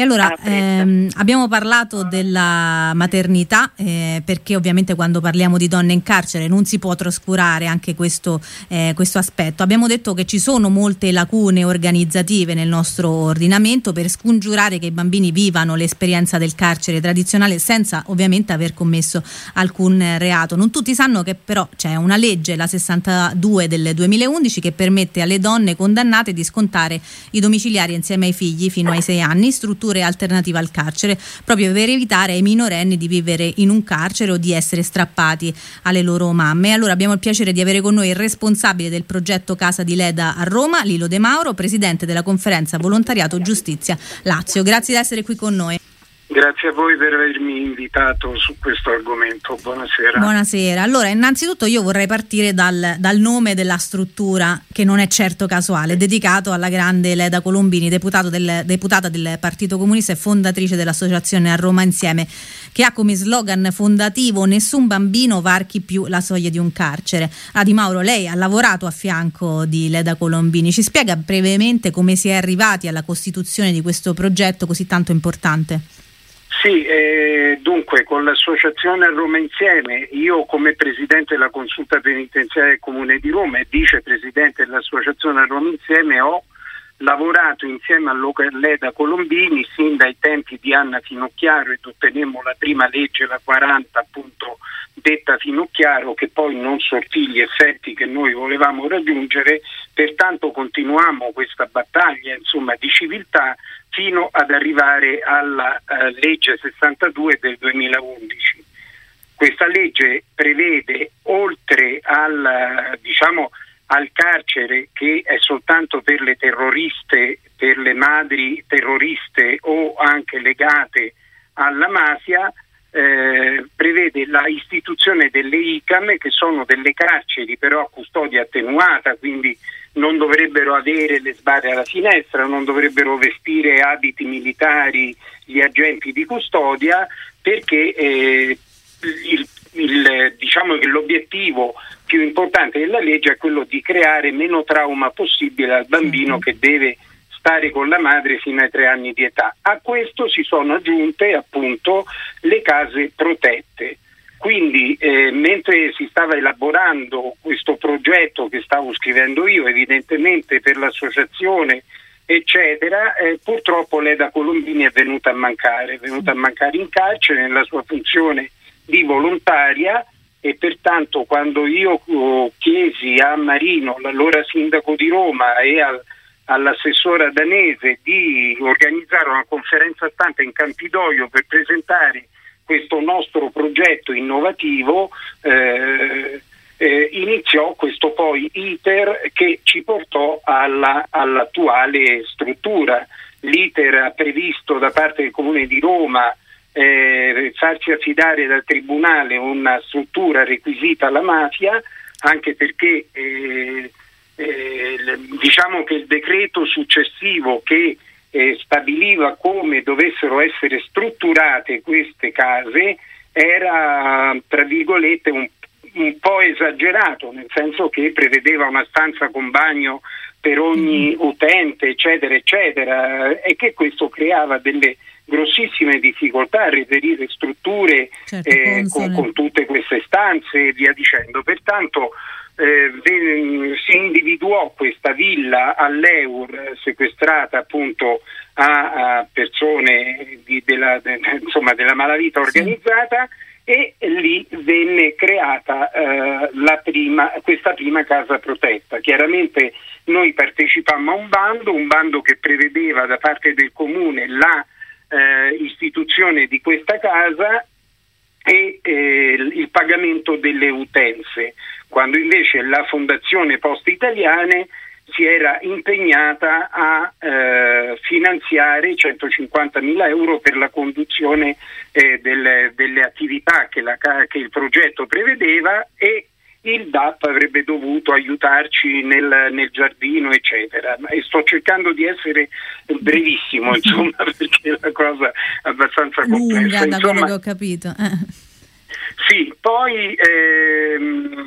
E allora abbiamo parlato della maternità perché ovviamente quando parliamo di donne in carcere non si può trascurare anche questo aspetto. Abbiamo detto che ci sono molte lacune organizzative nel nostro ordinamento per scongiurare che i bambini vivano l'esperienza del carcere tradizionale senza ovviamente aver commesso alcun reato. Non tutti sanno che però c'è una legge, la 62 del 2011, che permette alle donne condannate di scontare i domiciliari insieme ai figli fino ai 6 anni, strutture alternative al carcere, proprio per evitare ai minorenni di vivere in un carcere o di essere strappati alle loro mamme. Allora abbiamo il piacere di avere con noi il responsabile del progetto Casa di Leda a Roma, Lilo De Mauro, presidente della conferenza Volontariato Giustizia Lazio. Grazie di essere qui con noi. Grazie a voi per avermi invitato su questo argomento. Buonasera. Buonasera. Allora, innanzitutto io vorrei partire dal nome della struttura, che non è certo casuale, dedicato alla grande Leda Colombini, deputata del Partito Comunista e fondatrice dell'associazione A Roma Insieme, che ha come slogan fondativo "Nessun bambino varchi più la soglia di un carcere". Di Mauro, lei ha lavorato a fianco di Leda Colombini. Ci spiega brevemente come si è arrivati alla costituzione di questo progetto così tanto importante? Sì, dunque con l'associazione A Roma Insieme, io come presidente della consulta penitenziaria del Comune di Roma e vicepresidente dell'associazione A Roma Insieme ho lavorato insieme a Leda Colombini sin dai tempi di Anna Finocchiaro, ed ottenemmo la prima legge, la 40 appunto detta Finocchiaro, che poi non sortì gli effetti che noi volevamo raggiungere. Pertanto continuammo questa battaglia di civiltà fino ad arrivare alla legge 62 del 2011. Questa legge prevede, oltre al carcere, che è soltanto per le terroriste, per le madri terroriste o anche legate alla mafia, prevede la istituzione delle ICAM, che sono delle carceri però a custodia attenuata, quindi non dovrebbero avere le sbarre alla finestra, non dovrebbero vestire abiti militari gli agenti di custodia, perché diciamo che l'obiettivo più importante della legge è quello di creare meno trauma possibile al bambino che deve stare con la madre fino ai 3 anni di età. A questo si sono aggiunte appunto le case protette. Quindi mentre si stava elaborando questo progetto che stavo scrivendo io, evidentemente per l'associazione eccetera, purtroppo Leda Colombini è venuta a mancare in carcere nella sua funzione di volontaria, e pertanto quando io chiesi a Marino, l'allora sindaco di Roma, e all'assessora danese di organizzare una conferenza stampa in Campidoglio per presentare questo nostro progetto innovativo, iniziò questo poi iter che ci portò all'attuale struttura. L'iter ha previsto da parte del Comune di Roma farsi affidare dal Tribunale una struttura requisita alla mafia, anche perché diciamo che il decreto successivo che stabiliva come dovessero essere strutturate queste case era, tra virgolette, un po' esagerato, nel senso che prevedeva una stanza con bagno per ogni utente, eccetera, eccetera, e che questo creava delle grossissime difficoltà a reperire strutture con tutte queste stanze e via dicendo. Pertanto si individuò questa villa all'Eur sequestrata appunto a persone della malavita organizzata, e lì venne creata questa prima casa protetta. Chiaramente noi partecipammo a un bando che prevedeva da parte del comune la istituzione di questa casa e il pagamento delle utenze, quando invece la Fondazione Poste Italiane si era impegnata a finanziare 150.000 euro per la conduzione delle attività che il progetto prevedeva, e il DAP avrebbe dovuto aiutarci nel giardino, eccetera. E sto cercando di essere brevissimo, perché è una cosa abbastanza complessa. Da quello che ho capito. Sì, poi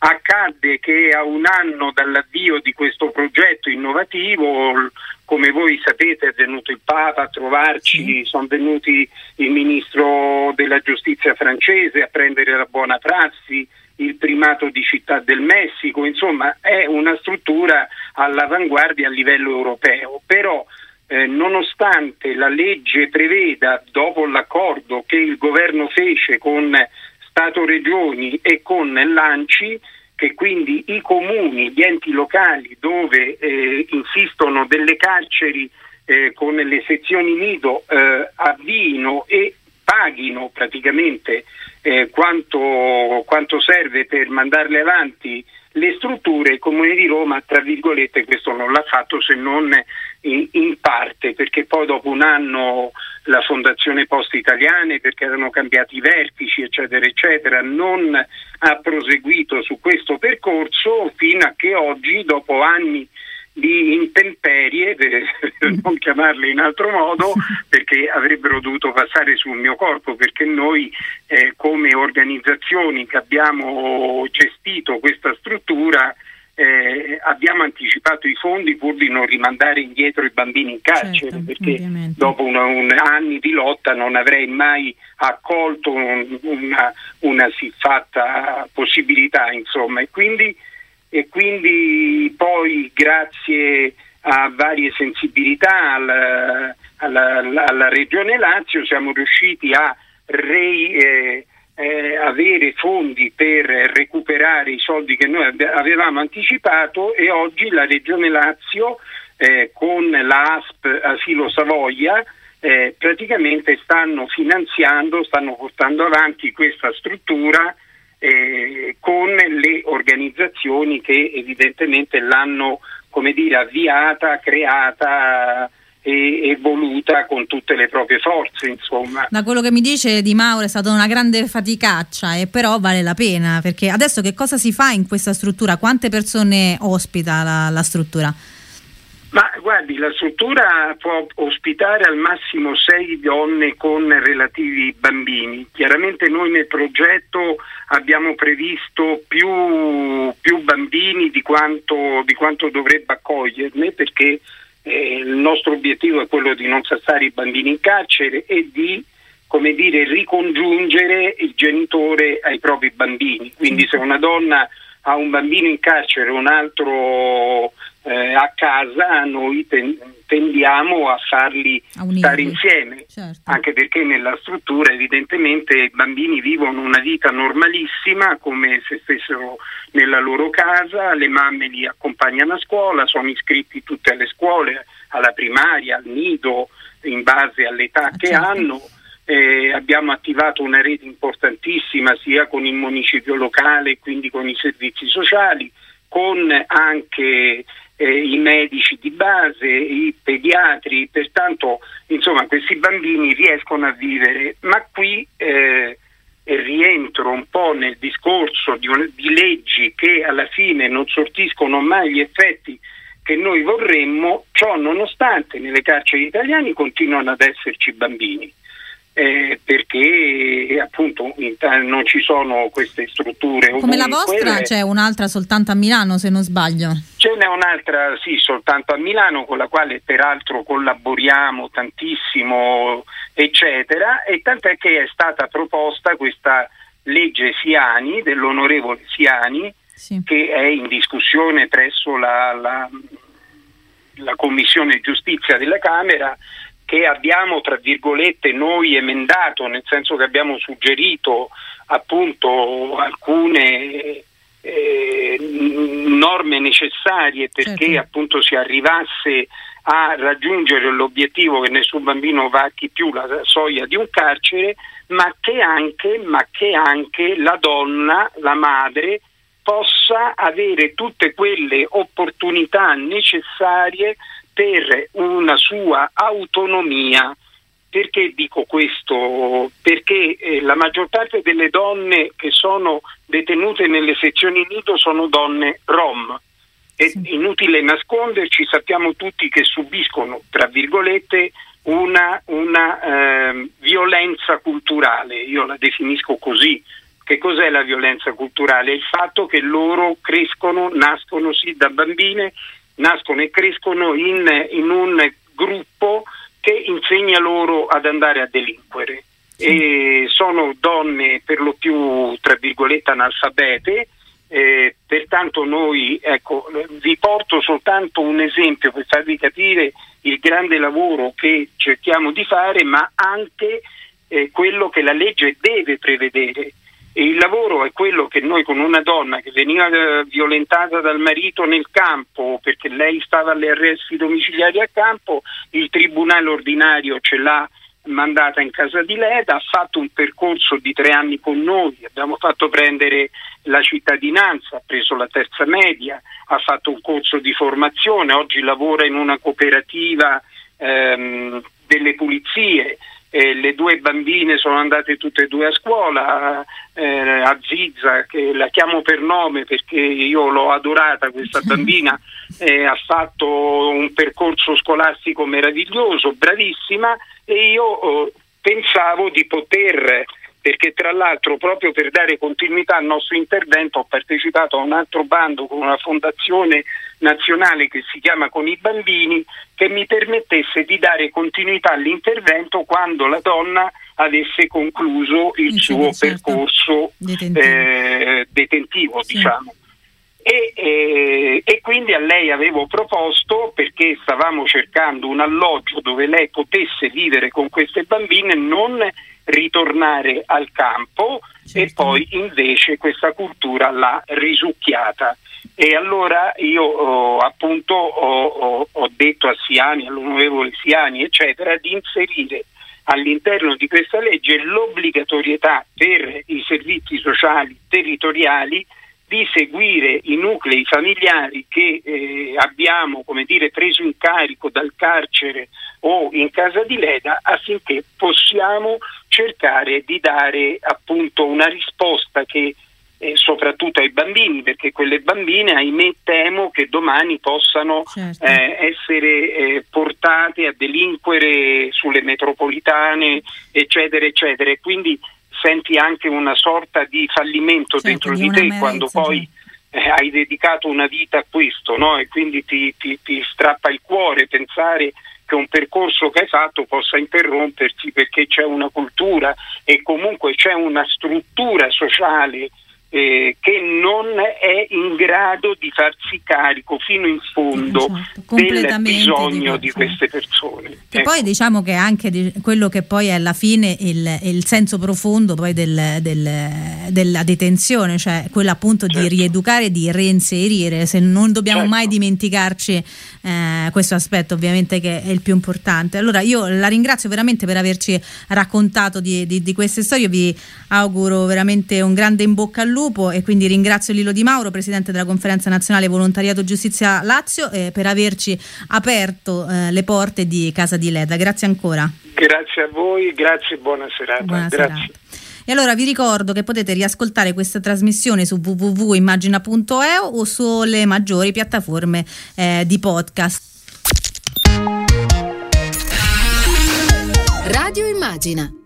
Accadde che a un anno dall'avvio di questo progetto innovativo, come voi sapete, è venuto il Papa a trovarci, sono venuti il ministro della giustizia francese a prendere la buona prassi, il primato di Città del Messico, insomma è una struttura all'avanguardia a livello europeo, però nonostante la legge preveda, dopo l'accordo che il governo fece con Stato, Regioni e con l'ANCI, che quindi i comuni, gli enti locali dove insistono delle carceri con le sezioni nido avviino e paghino praticamente quanto serve per mandarle avanti le strutture, il Comune di Roma, tra virgolette, questo non l'ha fatto se non in parte, perché poi dopo un anno la Fondazione Poste Italiane, perché erano cambiati i vertici eccetera eccetera, non ha proseguito su questo percorso fino a che oggi, dopo anni di intemperie, per non chiamarle in altro modo, perché avrebbero dovuto passare sul mio corpo, perché noi come organizzazioni che abbiamo gestito questa struttura abbiamo anticipato i fondi pur di non rimandare indietro i bambini in carcere, certo, perché ovviamente dopo anni di lotta non avrei mai accolto una siffatta possibilità, insomma, e quindi poi grazie a varie sensibilità alla Regione Lazio siamo riusciti a avere fondi per recuperare i soldi che noi avevamo anticipato, e oggi la Regione Lazio con la ASP Asilo Savoia praticamente stanno portando avanti questa struttura con le organizzazioni che evidentemente l'hanno, come dire, avviata, creata e voluta con tutte le proprie forze, insomma. Da quello che mi dice Di Mauro è stata una grande faticaccia, e però vale la pena, perché adesso che cosa si fa in questa struttura? Quante persone ospita la struttura? Ma guardi, la struttura può ospitare al massimo 6 donne con relativi bambini. Chiaramente noi nel progetto abbiamo previsto più bambini di quanto dovrebbe accoglierne, perché il nostro obiettivo è quello di non sassare i bambini in carcere e di, come dire, ricongiungere il genitore ai propri bambini. Quindi se una donna ha un bambino in carcere e un altro a casa, noi tendiamo a farli stare insieme, certo, anche perché nella struttura evidentemente i bambini vivono una vita normalissima come se stessero nella loro casa, le mamme li accompagnano a scuola, sono iscritti tutte alle scuole, alla primaria, al nido, in base all'età che certo hanno. Abbiamo attivato una rete importantissima sia con il municipio locale, quindi con i servizi sociali, con anche i medici di base, i pediatri, pertanto insomma questi bambini riescono a vivere, ma qui rientro un po' nel discorso di leggi che alla fine non sortiscono mai gli effetti che noi vorremmo, ciò nonostante nelle carceri italiane continuano ad esserci bambini. Perché appunto non ci sono queste strutture come la vostra. C'è un'altra soltanto a Milano, se non sbaglio. Ce n'è un'altra sì soltanto a Milano, con la quale peraltro collaboriamo tantissimo eccetera, e tant'è che è stata proposta questa legge Siani dell'onorevole Siani, sì, che è in discussione presso la Commissione Giustizia della Camera, che abbiamo tra virgolette noi emendato, nel senso che abbiamo suggerito appunto alcune norme necessarie perché certo appunto si arrivasse a raggiungere l'obiettivo che nessun bambino varchi più la soglia di un carcere, ma che anche la donna, la madre, possa avere tutte quelle opportunità necessarie per una sua autonomia. Perché dico questo? Perché la maggior parte delle donne che sono detenute nelle sezioni nido sono donne rom. È inutile nasconderci, sappiamo tutti che subiscono, tra virgolette, una violenza culturale, io la definisco così, Che cos'è la violenza culturale? È il fatto che loro nascono sì da bambine, nascono e crescono in un gruppo che insegna loro ad andare a delinquere. E sono donne per lo più, tra virgolette, analfabete, pertanto noi, vi porto soltanto un esempio per farvi capire il grande lavoro che cerchiamo di fare, ma anche quello che la legge deve prevedere. E il lavoro è quello che noi, con una donna che veniva violentata dal marito nel campo perché lei stava alle arresti domiciliari a campo, il tribunale ordinario ce l'ha mandata in casa di Leda, ha fatto un percorso di 3 anni con noi, abbiamo fatto prendere la cittadinanza, ha preso la terza media, ha fatto un corso di formazione, oggi lavora in una cooperativa delle pulizie. Le 2 bambine sono andate tutte e 2 a scuola, Aziza, che la chiamo per nome perché io l'ho adorata questa bambina, ha fatto un percorso scolastico meraviglioso, bravissima, e io pensavo di poter, perché tra l'altro proprio per dare continuità al nostro intervento ho partecipato a un altro bando con una fondazione nazionale che si chiama Con i Bambini, che mi permettesse di dare continuità all'intervento quando la donna avesse concluso il suo percorso detentivo, sì. Diciamo. E quindi a lei avevo proposto, perché stavamo cercando un alloggio dove lei potesse vivere con queste bambine, non ritornare al campo, certo. E poi invece questa cultura l'ha risucchiata. E allora io ho detto a Siani, all'onorevole Siani, eccetera, di inserire all'interno di questa legge l'obbligatorietà per i servizi sociali territoriali di seguire i nuclei familiari che abbiamo, come dire, preso in carico dal carcere o in casa di Leda, affinché possiamo cercare di dare appunto una risposta che soprattutto ai bambini, perché quelle bambine, ahimè, temo che domani possano essere portate a delinquere sulle metropolitane, eccetera, eccetera, e quindi senti anche una sorta di fallimento dentro di te quando poi hai dedicato una vita a questo, no? E quindi ti strappa il cuore pensare che un percorso che hai fatto possa interrompersi perché c'è una cultura e comunque c'è una struttura sociale che non è in grado di farsi carico fino in fondo del bisogno di queste persone. Che poi diciamo che anche quello che poi è alla fine il senso profondo poi della detenzione, cioè quello appunto di rieducare, di reinserire, se non dobbiamo mai dimenticarci questo aspetto, ovviamente, che è il più importante. Allora io la ringrazio veramente per averci raccontato di queste storie, vi auguro veramente un grande in bocca al lupo, e quindi ringrazio Lilo Di Mauro, presidente della Conferenza Nazionale Volontariato Giustizia Lazio, per averci aperto le porte di Casa di Leda. Grazie ancora. Grazie a voi, grazie e buona serata. Buona grazie. Serata. E allora vi ricordo che potete riascoltare questa trasmissione su www.immagina.eu o sulle maggiori piattaforme di podcast. Radio Immagina.